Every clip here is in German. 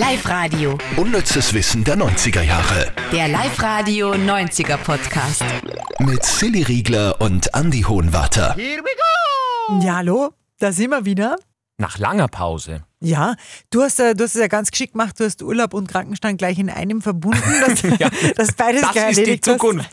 Live-Radio. Unnützes Wissen der 90er Jahre. Der Live-Radio 90er Podcast. Mit Silly Riegler und Andi Hohenwarter. Ja, hallo, da sind wir wieder. Nach langer Pause. Ja, du hast es ja ganz geschickt gemacht, du hast Urlaub und Krankenstand gleich in einem verbunden, dass beides Das gleich ist die erledigt hast. Zukunft.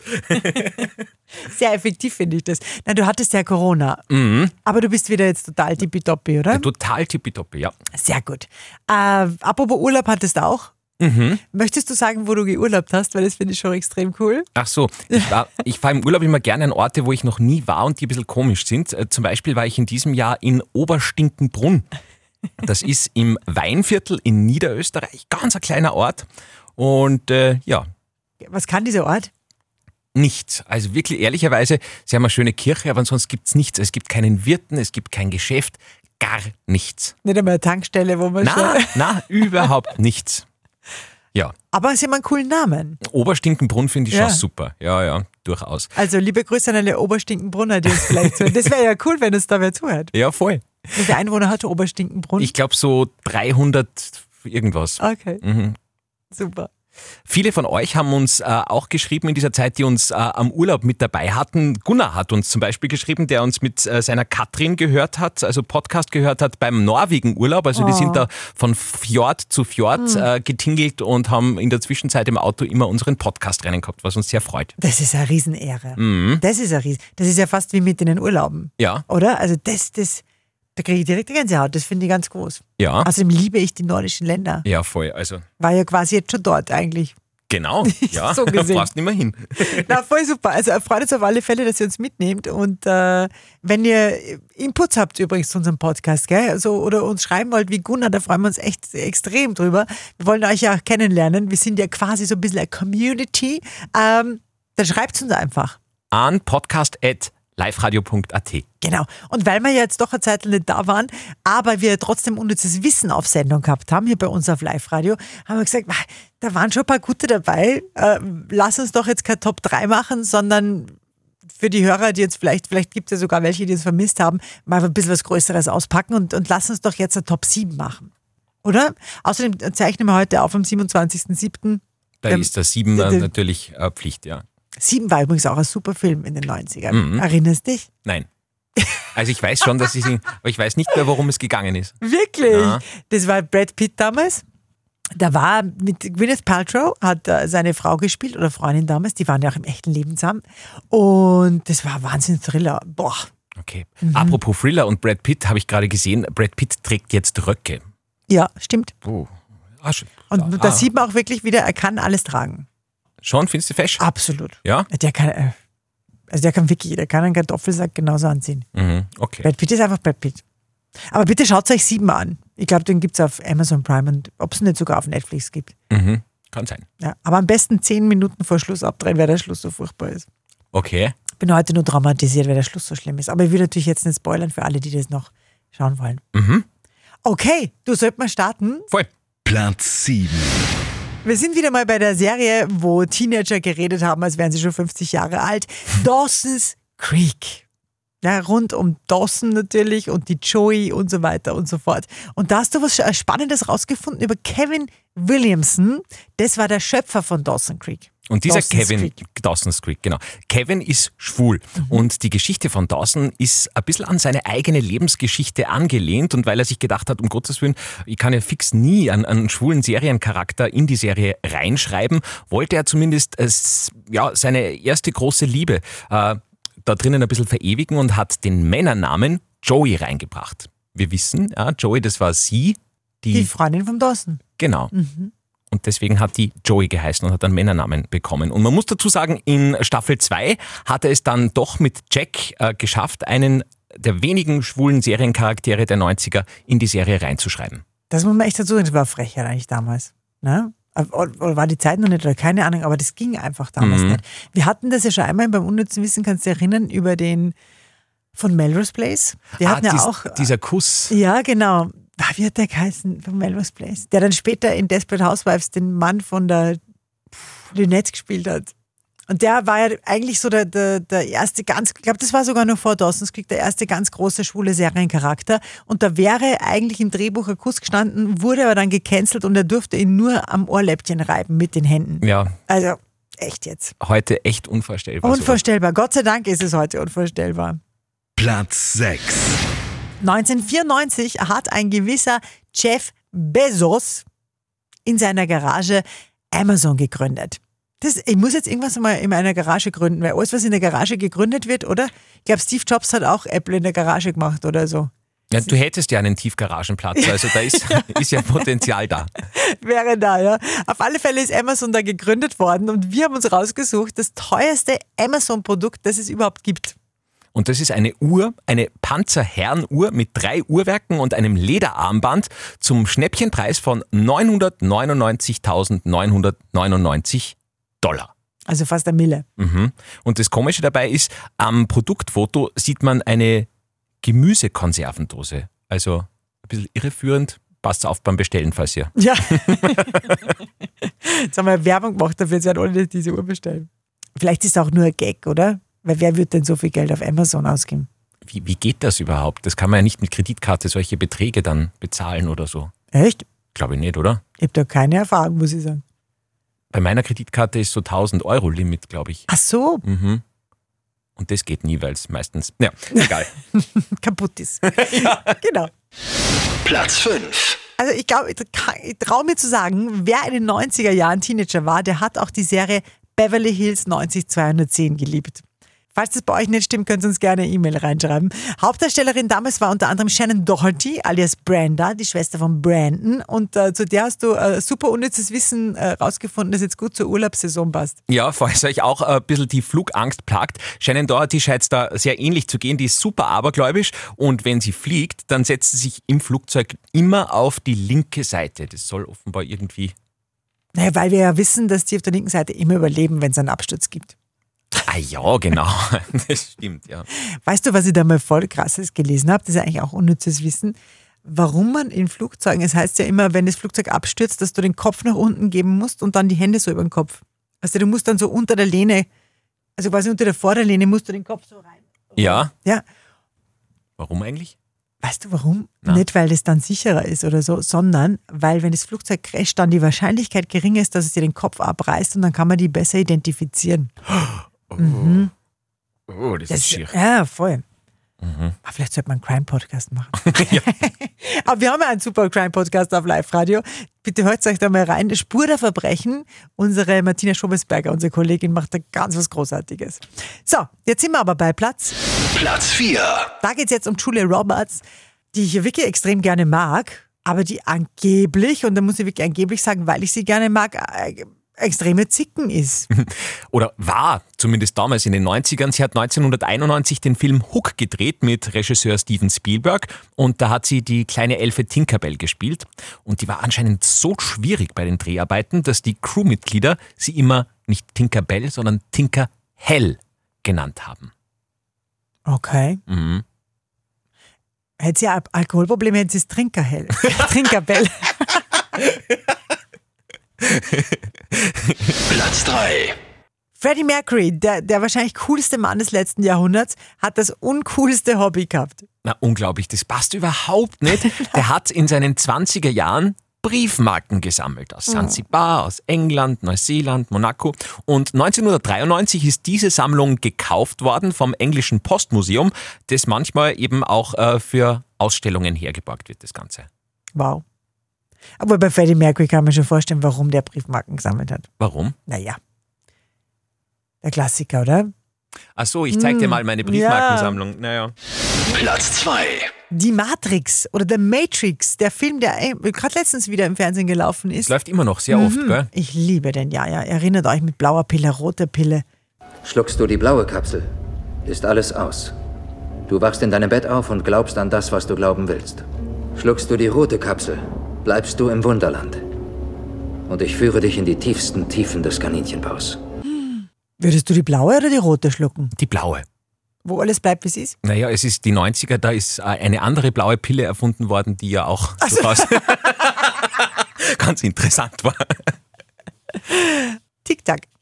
Sehr effektiv finde ich das. Na, du hattest ja Corona, aber du bist wieder jetzt total tippitoppi, oder? Ja, total tippitoppi, ja. Sehr gut. Apropos Urlaub hattest du auch. Möchtest du sagen, wo du geurlaubt hast? Weil das finde ich schon extrem cool. Ach so, ich fahre im Urlaub immer gerne an Orte, wo ich noch nie war und die ein bisschen komisch sind. Zum Beispiel war ich in diesem Jahr in Oberstinkenbrunn. Das ist im Weinviertel in Niederösterreich, ganz ein kleiner Ort. Und ja, Was kann dieser Ort? nichts. Also wirklich ehrlicherweise, sie haben eine schöne Kirche, aber ansonsten gibt es nichts. Es gibt keinen Wirten, es gibt kein Geschäft, gar nichts. Nicht einmal eine Tankstelle, wo man Na, überhaupt nichts. Ja, Aber sie haben einen coolen Namen. Oberstinkenbrunn finde ich Ja. schon super. Ja, durchaus. Also liebe Grüße an alle Oberstinkenbrunner, die uns vielleicht zuhören. Das wäre ja cool, wenn uns da wer zuhört. Ja, voll. Wie viele Einwohner hat Oberstinkenbrunn? Ich glaube so 300 irgendwas. Okay, Mhm. super. Viele von euch haben uns auch geschrieben in dieser Zeit, die uns am Urlaub mit dabei hatten. Gunnar hat uns zum Beispiel geschrieben, der uns mit seiner Katrin gehört hat, also Podcast gehört hat beim Norwegen-Urlaub. Also die sind da von Fjord zu Fjord getingelt und haben in der Zwischenzeit im Auto immer unseren Podcast rennen gehabt, was uns sehr freut. Das ist eine Riesenehre. Das ist ja fast wie mit in den Urlauben, Ja, oder? Also da kriege ich direkt die Gänsehaut. Das finde ich ganz groß. ja, Außerdem liebe ich die nordischen Länder. ja, voll. Also War ja quasi jetzt schon dort eigentlich. genau, ja, So gesehen. da passt nicht mehr hin. Na, voll super. Also freut uns auf alle Fälle, dass ihr uns mitnehmt. Und wenn ihr Inputs habt übrigens zu unserem Podcast, gell? Also, oder uns schreiben wollt wie Gunnar, da freuen wir uns echt extrem drüber. Wir wollen euch ja auch kennenlernen. Wir sind ja quasi so ein bisschen eine Community. Dann schreibt uns einfach. An podcast@liveradio.at. Genau. Und weil wir jetzt doch eine Zeit nicht da waren, aber wir trotzdem unnützes Wissen auf Sendung gehabt haben, hier bei uns auf Live-Radio, haben wir gesagt, da waren schon ein paar gute dabei. Lass uns doch jetzt kein Top 3 machen, sondern für die Hörer, die jetzt vielleicht gibt es ja sogar welche, die es vermisst haben, mal ein bisschen was Größeres auspacken und lass uns doch jetzt ein Top 7 machen. Oder? Außerdem zeichnen wir heute auf am 27.07. Da ist der 7 natürlich Pflicht, ja. 7 war übrigens auch ein super Film in den 90ern. Erinnerst dich? Nein. Also ich weiß schon, dass aber ich weiß nicht mehr, worum es gegangen ist. Wirklich? Ja. Das war Brad Pitt damals. Da war mit Gwyneth Paltrow, hat seine Frau gespielt oder Freundin damals, die waren ja auch im echten Leben zusammen. Und das war ein Wahnsinns-Thriller. Boah. Okay. Apropos Thriller und Brad Pitt, habe ich gerade gesehen, Brad Pitt trägt jetzt Röcke. Ja, stimmt. Oh. Und da sieht man auch wirklich wieder, er kann alles tragen. Schon, findest du fesch? Absolut. Ja? Der kann einen Kartoffelsack genauso anziehen. Okay. Brad Pitt ist einfach Brad Pitt. Aber bitte schaut euch 7 an. Ich glaube, den gibt es auf Amazon Prime und ob es nicht sogar auf Netflix gibt. Kann sein. Ja, aber am besten 10 Minuten vor Schluss abdrehen, weil der Schluss so furchtbar ist. Okay. Ich bin heute nur traumatisiert, weil der Schluss so schlimm ist. Aber ich will natürlich jetzt nicht spoilern für alle, die das noch schauen wollen. Okay, du sollst mal starten. Voll. Platz 7. Wir sind wieder mal bei der Serie, wo Teenager geredet haben, als wären sie schon 50 Jahre alt. Dawson's Creek. Ja, rund um Dawson natürlich und die Joey und so weiter und so fort. Und da hast du was Spannendes rausgefunden über Kevin Williamson. Das war der Schöpfer von Dawson's Creek. Und dieser Dawson's Creek. Genau. Kevin ist schwul und die Geschichte von Dawson ist ein bisschen an seine eigene Lebensgeschichte angelehnt und weil er sich gedacht hat, um Gottes Willen, ich kann ja fix nie einen schwulen Seriencharakter in die Serie reinschreiben, wollte er zumindest seine erste große Liebe da drinnen ein bisschen verewigen und hat den Männernamen Joey reingebracht. Wir wissen, Joey, das war sie, Die Freundin von Dawson. Genau. Und deswegen hat die Joey geheißen und hat einen Männernamen bekommen. Und man muss dazu sagen, in Staffel 2 hat er es dann doch mit Jack geschafft, einen der wenigen schwulen Seriencharaktere der 90er in die Serie reinzuschreiben. Das muss man echt dazu sagen, das war frech eigentlich damals. Ne? Oder war die Zeit noch nicht oder keine Ahnung, aber das ging einfach damals nicht. Wir hatten das ja schon einmal beim unnützen Wissen, kannst du dich erinnern, über den von Melrose Place. Wir hatten ja auch dieser Kuss. Ja, genau. Wie hat der geheißen von Melrose Place? Der dann später in Desperate Housewives den Mann von der Lynette gespielt hat. Und der war ja eigentlich so der erste ich glaube, das war sogar noch vor Dawson's Creek, der erste ganz große schwule Seriencharakter. Und da wäre eigentlich im Drehbuch ein Kuss gestanden, wurde aber dann gecancelt und er durfte ihn nur am Ohrläppchen reiben mit den Händen. Ja. Also, echt jetzt. Heute echt unvorstellbar. Unvorstellbar. Gott sei Dank ist es heute unvorstellbar. Platz 6. 1994 hat ein gewisser Jeff Bezos in seiner Garage Amazon gegründet. Ich muss jetzt irgendwas mal in meiner Garage gründen, weil alles, was in der Garage gegründet wird, oder? Ich glaube, Steve Jobs hat auch Apple in der Garage gemacht oder so. Ja, du hättest ja einen Tiefgaragenplatz, also da ist ja Potenzial da. Wäre da, ja. Auf alle Fälle ist Amazon da gegründet worden und wir haben uns rausgesucht, das teuerste Amazon-Produkt, das es überhaupt gibt. Und das ist eine Uhr, eine Panzerherrenuhr mit 3 Uhrwerken und einem Lederarmband zum Schnäppchenpreis von $999.999. Also fast eine Mille. Mhm. Und das Komische dabei ist, am Produktfoto sieht man eine Gemüsekonservendose. Also ein bisschen irreführend. Passt auf beim Bestellen, falls ihr. Ja. Jetzt haben wir Werbung gemacht dafür, jetzt werden alle diese Uhr bestellen. Vielleicht ist es auch nur ein Gag, oder? Weil wer wird denn so viel Geld auf Amazon ausgeben? Wie geht das überhaupt? Das kann man ja nicht mit Kreditkarte solche Beträge dann bezahlen oder so. Echt? Glaube ich nicht, oder? Ich habe da keine Erfahrung, muss ich sagen. Bei meiner Kreditkarte ist so 1.000 € Limit, glaube ich. Ach so. Mhm. Und das geht nie, weil es meistens, ja, egal. Kaputt ist. Ja. Genau. Platz 5. Also ich glaube, ich traue mir zu sagen, wer in den 90er Jahren Teenager war, der hat auch die Serie Beverly Hills 90210 geliebt. Falls das bei euch nicht stimmt, könnt ihr uns gerne eine E-Mail reinschreiben. Hauptdarstellerin damals war unter anderem Shannon Doherty, alias Brenda, die Schwester von Brandon. Und zu der hast du super unnützes Wissen rausgefunden, das jetzt gut zur Urlaubssaison passt. Ja, falls euch auch ein bisschen die Flugangst plagt. Shannon Doherty scheint es da sehr ähnlich zu gehen. Die ist super abergläubisch und wenn sie fliegt, dann setzt sie sich im Flugzeug immer auf die linke Seite. Das soll offenbar irgendwie... Naja, weil wir ja wissen, dass die auf der linken Seite immer überleben, wenn es einen Absturz gibt. Ah ja, genau. Das stimmt, ja. Weißt du, was ich da mal voll krasses gelesen habe? Das ist eigentlich auch unnützes Wissen. Warum man in Flugzeugen, es heißt ja immer, wenn das Flugzeug abstürzt, dass du den Kopf nach unten geben musst und dann die Hände so über den Kopf. Also du musst dann so unter der Lehne, also quasi unter der Vorderlehne musst du den Kopf so rein. Ja? Ja. Warum eigentlich? Weißt du warum? Na. Nicht, weil das dann sicherer ist oder so, sondern weil, wenn das Flugzeug crasht, dann die Wahrscheinlichkeit gering ist, dass es dir den Kopf abreißt und dann kann man die besser identifizieren. Oh, das ist schier. Ja, voll. Mhm. Aber vielleicht sollte man einen Crime-Podcast machen. Ja. Aber wir haben ja einen super Crime-Podcast auf Live-Radio. Bitte hört euch da mal rein. Spur der Verbrechen. Unsere Martina Schobesberger, unsere Kollegin, macht da ganz was Großartiges. So, jetzt sind wir aber bei Platz 4. Da geht es jetzt um Julia Roberts, die ich wirklich extrem gerne mag, aber die angeblich, und da muss ich wirklich angeblich sagen, weil ich sie gerne mag, extreme Zicken ist. Oder war, zumindest damals in den 90ern. Sie hat 1991 den Film Hook gedreht mit Regisseur Steven Spielberg und da hat sie die kleine Elfe Tinkerbell gespielt und die war anscheinend so schwierig bei den Dreharbeiten, dass die Crewmitglieder sie immer nicht Tinkerbell, sondern Tinkerhell genannt haben. Okay. Mhm. Hätte sie ein Alkoholproblem, hätte sie es Trinkerbell. Platz 3. Freddie Mercury, der wahrscheinlich coolste Mann des letzten Jahrhunderts, hat das uncoolste Hobby gehabt. Na, unglaublich, das passt überhaupt nicht. Der hat in seinen 20er Jahren Briefmarken gesammelt aus Sansibar, aus England, Neuseeland, Monaco. Und 1993 ist diese Sammlung gekauft worden vom englischen Postmuseum, das manchmal eben auch für Ausstellungen hergeborgt wird, das Ganze. Wow. Aber bei Freddie Mercury kann man schon vorstellen, warum der Briefmarken gesammelt hat. Warum? Naja, der Klassiker, oder? Ach so, ich zeig dir mal meine Briefmarkensammlung. Naja. Platz 2. Die Matrix oder The Matrix, der Film, der gerade letztens wieder im Fernsehen gelaufen ist. Das läuft immer noch sehr oft, gell? Ich liebe den, ja. Erinnert euch mit blauer Pille, roter Pille. Schluckst du die blaue Kapsel, ist alles aus. Du wachst in deinem Bett auf und glaubst an das, was du glauben willst. Schluckst du die rote Kapsel, bleibst du im Wunderland. Und ich führe dich in die tiefsten Tiefen des Kaninchenbaus. Würdest du die blaue oder die rote schlucken? Die blaue. Wo alles bleibt, wie es ist? Naja, es ist die 90er, da ist eine andere blaue Pille erfunden worden, die ja auch durchaus ganz interessant war. Tic-Tac.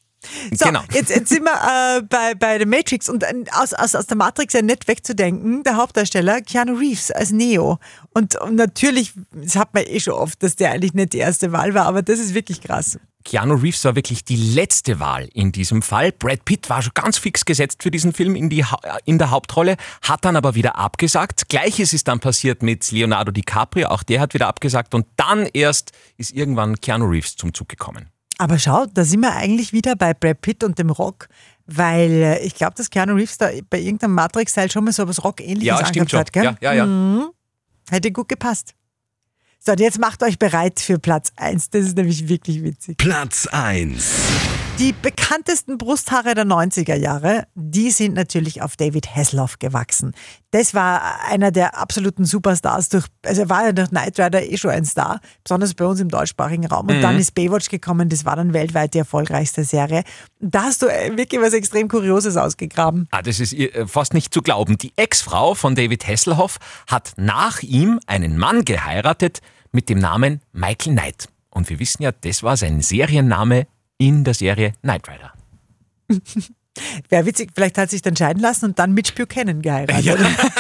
So, Genau. jetzt sind wir bei The Matrix und aus der Matrix ja nicht wegzudenken, der Hauptdarsteller Keanu Reeves als Neo. Und natürlich, das hat man eh schon oft, dass der eigentlich nicht die erste Wahl war, aber das ist wirklich krass. Keanu Reeves war wirklich die letzte Wahl in diesem Fall. Brad Pitt war schon ganz fix gesetzt für diesen Film in der Hauptrolle, hat dann aber wieder abgesagt. Gleiches ist dann passiert mit Leonardo DiCaprio, auch der hat wieder abgesagt und dann erst ist irgendwann Keanu Reeves zum Zug gekommen. Aber schau, da sind wir eigentlich wieder bei Brad Pitt und dem Rock, weil ich glaube, dass Keanu Reeves da bei irgendeinem Matrix-Teil schon mal so was Rock-ähnliches stimmt angehabt schon. hat, gell? Ja. Hätte gut gepasst. So, und jetzt macht euch bereit für Platz 1. Das ist nämlich wirklich witzig. Platz 1. Die bekanntesten Brusthaare der 90er Jahre, die sind natürlich auf David Hasselhoff gewachsen. Das war einer der absoluten Superstars. Also er war ja durch Knight Rider eh schon ein Star, besonders bei uns im deutschsprachigen Raum. Und dann ist Baywatch gekommen, das war dann weltweit die erfolgreichste Serie. Da hast du wirklich was extrem Kurioses ausgegraben. Das ist fast nicht zu glauben. Die Ex-Frau von David Hasselhoff hat nach ihm einen Mann geheiratet mit dem Namen Michael Knight. Und wir wissen ja, das war sein Serienname in der Serie Knight Rider. Wäre witzig, vielleicht hat sich dann scheiden lassen und dann Mitch Buchanan geheiratet. Ja.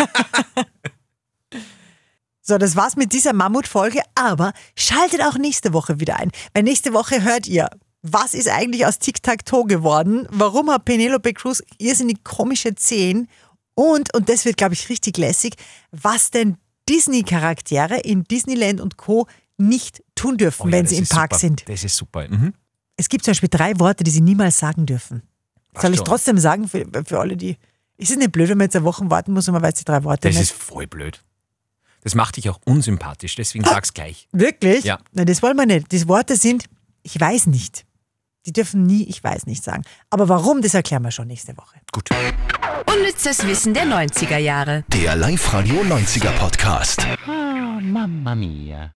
So, das war's mit dieser Mammutfolge, aber schaltet auch nächste Woche wieder ein. Weil nächste Woche hört ihr, was ist eigentlich aus Tic-Tac-Toe geworden? Warum hat Penelope Cruz irrsinnig komische Zehen? Und das wird, glaube ich, richtig lässig, was denn Disney-Charaktere in Disneyland und Co. nicht tun dürfen, wenn sie im Park sind. Das ist super. Es gibt zum Beispiel 3 Worte, die sie niemals sagen dürfen. Soll ich trotzdem sagen, für alle, die... Ist es nicht blöd, wenn man jetzt eine Woche warten muss und man weiß die 3 Worte nicht? Das ist voll blöd. Das macht dich auch unsympathisch, deswegen sag's gleich. Wirklich? Ja. Nein, das wollen wir nicht. Die Worte sind, ich weiß nicht. Die dürfen nie, ich weiß nicht sagen. Aber warum, das erklären wir schon nächste Woche. Gut. Unnützes Wissen der 90er Jahre. Der Live-Radio 90er Podcast. Mamma mia.